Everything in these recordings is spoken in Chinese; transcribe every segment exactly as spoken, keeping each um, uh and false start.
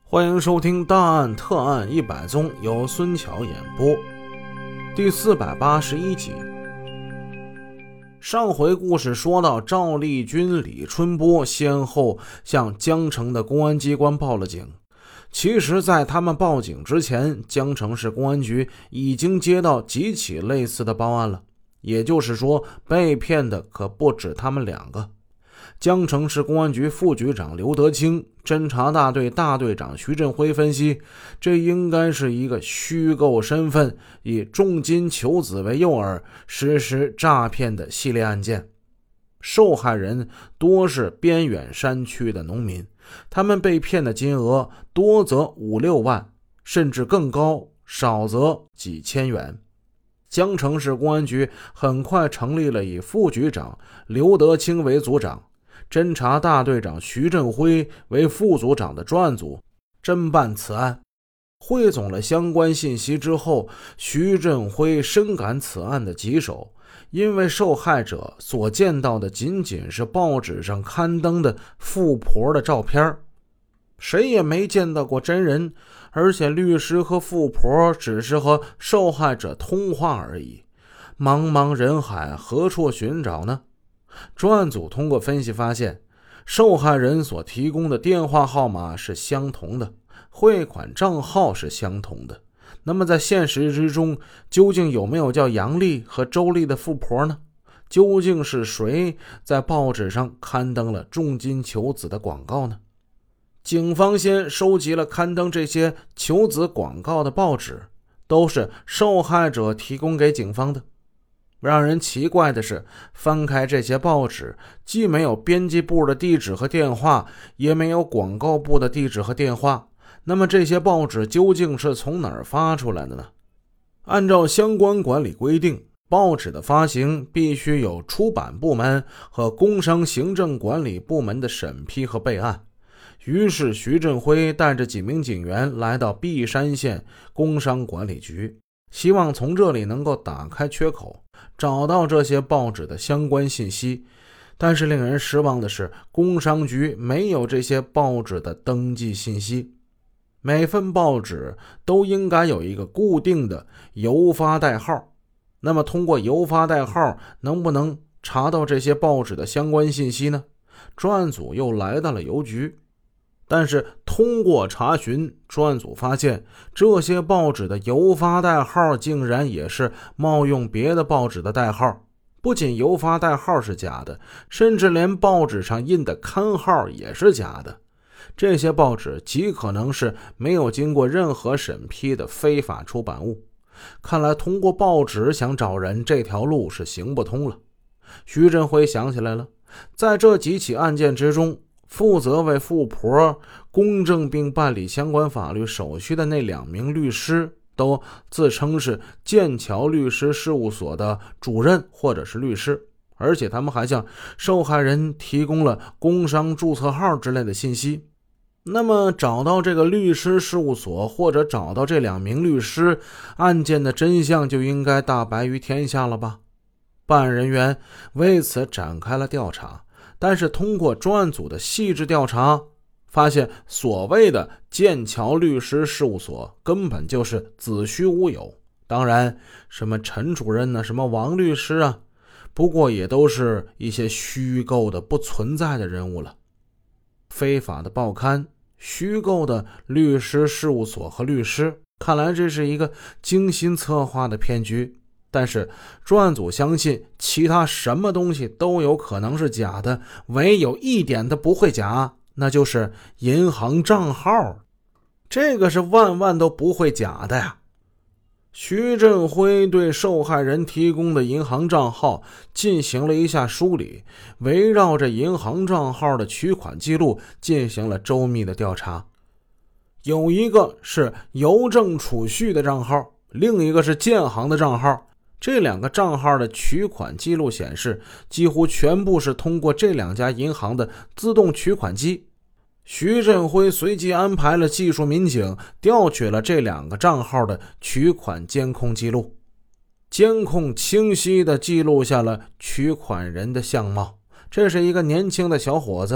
欢迎收听大案特案一百宗，由孙桥演播。第四百八十一集。上回故事说到，赵立军、李春波先后向江城的公安机关报了警。其实在他们报警之前，江城市公安局已经接到几起类似的报案了，也就是说被骗的可不止他们两个。江城市公安局副局长刘德清、侦查大队大队长徐振辉分析，这应该是一个虚构身份，以重金求子为诱饵实施诈骗的系列案件。受害人多是边远山区的农民，他们被骗的金额多则五六万，甚至更高，少则几千元。江城市公安局很快成立了以副局长刘德清为组长，侦查大队长徐振辉为副组长的专案组，侦办此案。汇总了相关信息之后，徐振辉深感此案的棘手，因为受害者所见到的仅仅是报纸上刊登的富婆的照片，谁也没见到过真人，而且律师和富婆只是和受害者通话而已。茫茫人海，何处寻找呢？专案组通过分析发现，受害人所提供的电话号码是相同的，汇款账号是相同的。那么在现实之中，究竟有没有叫杨丽和周丽的富婆呢？究竟是谁在报纸上刊登了重金求子的广告呢？警方先收集了刊登这些求子广告的报纸，都是受害者提供给警方的。让人奇怪的是，翻开这些报纸，既没有编辑部的地址和电话，也没有广告部的地址和电话。那么这些报纸究竟是从哪儿发出来的呢？按照相关管理规定，报纸的发行必须有出版部门和工商行政管理部门的审批和备案。于是徐振辉带着几名警员来到璧山县工商管理局，希望从这里能够打开缺口，找到这些报纸的相关信息。但是令人失望的是，工商局没有这些报纸的登记信息。每份报纸都应该有一个固定的邮发代号，那么通过邮发代号能不能查到这些报纸的相关信息呢？专案组又来到了邮局，但是通过查询，专案组发现这些报纸的邮发代号竟然也是冒用别的报纸的代号。不仅邮发代号是假的，甚至连报纸上印的刊号也是假的。这些报纸极可能是没有经过任何审批的非法出版物。看来通过报纸想找人，这条路是行不通了。徐振辉想起来了，在这几起案件之中，负责为富婆公证并办理相关法律手续的那两名律师，都自称是剑桥律师事务所的主任或者是律师，而且他们还向受害人提供了工商注册号之类的信息。那么找到这个律师事务所，或者找到这两名律师，案件的真相就应该大白于天下了吧？办案人员为此展开了调查，但是通过专案组的细致调查，发现所谓的剑桥律师事务所根本就是子虚乌有。当然什么陈主任呢，什么王律师啊，不过也都是一些虚构的不存在的人物了。非法的报刊，虚构的律师事务所和律师，看来这是一个精心策划的骗局。但是专案组相信其他什么东西都有可能是假的，唯有一点的不会假，那就是银行账号。这个是万万都不会假的呀。徐振辉对受害人提供的银行账号进行了一下梳理，围绕着银行账号的取款记录进行了周密的调查。有一个是邮政储蓄的账号，另一个是建行的账号。这两个账号的取款记录显示，几乎全部是通过这两家银行的自动取款机。徐振辉随即安排了技术民警调取了这两个账号的取款监控记录。监控清晰地记录下了取款人的相貌，这是一个年轻的小伙子，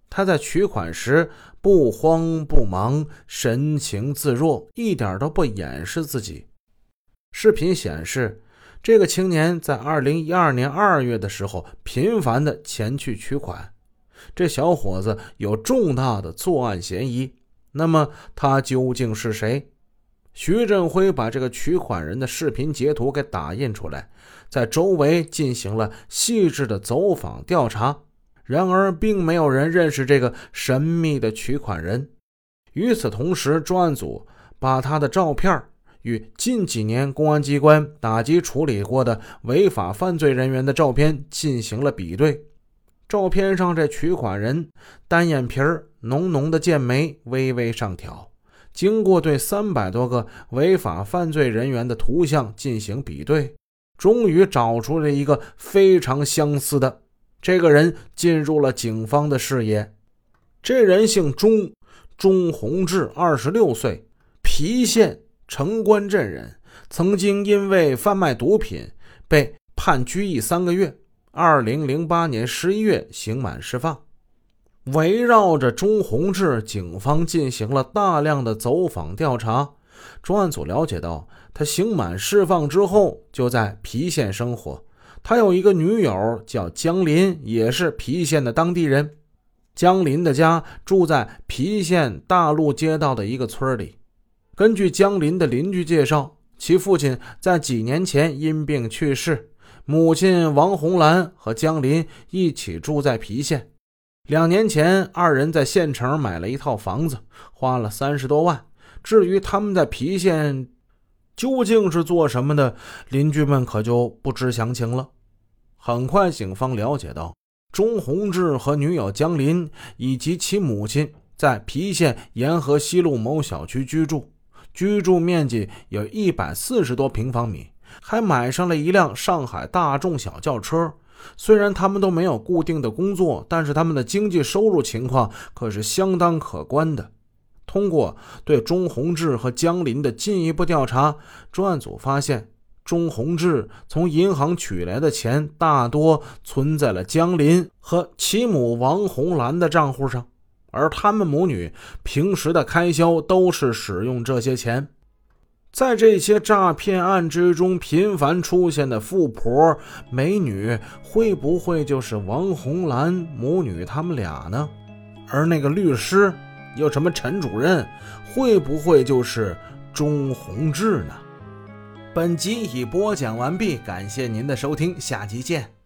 他在取款时不慌不忙，神情自若，一点都不掩饰自己。视频显示，这个青年在二零一二年二月的时候频繁地前去取款，这小伙子有重大的作案嫌疑。那么他究竟是谁？徐振辉把这个取款人的视频截图给打印出来，在周围进行了细致的走访调查，然而并没有人认识这个神秘的取款人。与此同时，专案组把他的照片与近几年公安机关打击处理过的违法犯罪人员的照片进行了比对。照片上这取款人单眼皮儿，浓浓的剑眉微微上挑，经过对三百多个违法犯罪人员的图像进行比对，终于找出了一个非常相似的。这个人进入了警方的视野。这人姓钟，钟宏志，二十六岁，郫县城关镇人，曾经因为贩卖毒品被判拘役三个月。二零零八年十一月刑满释放。围绕着钟宏志，警方进行了大量的走访调查。专案组了解到，他刑满释放之后就在郫县生活。他有一个女友叫江林，也是郫县的当地人。江林的家住在郫县大路街道的一个村里。根据江林的邻居介绍，其父亲在几年前因病去世，母亲王红兰和江林一起住在郫县。两年前，二人在县城买了一套房子，花了三十多万。至于他们在郫县究竟是做什么的，邻居们可就不知详情了。很快，警方了解到，钟宏志和女友江林以及其母亲在郫县沿河西路某小区居住，居住面积有一百四十多平方米，还买上了一辆上海大众小轿车。虽然他们都没有固定的工作，但是他们的经济收入情况可是相当可观的。通过对钟宏志和江林的进一步调查，专案组发现，钟宏志从银行取来的钱大多存在了江林和其母王红兰的账户上，而他们母女平时的开销都是使用这些钱。在这些诈骗案之中频繁出现的富婆美女，会不会就是王红兰母女他们俩呢？而那个律师又什么陈主任，会不会就是钟宏志呢？本集已播讲完毕，感谢您的收听，下集见。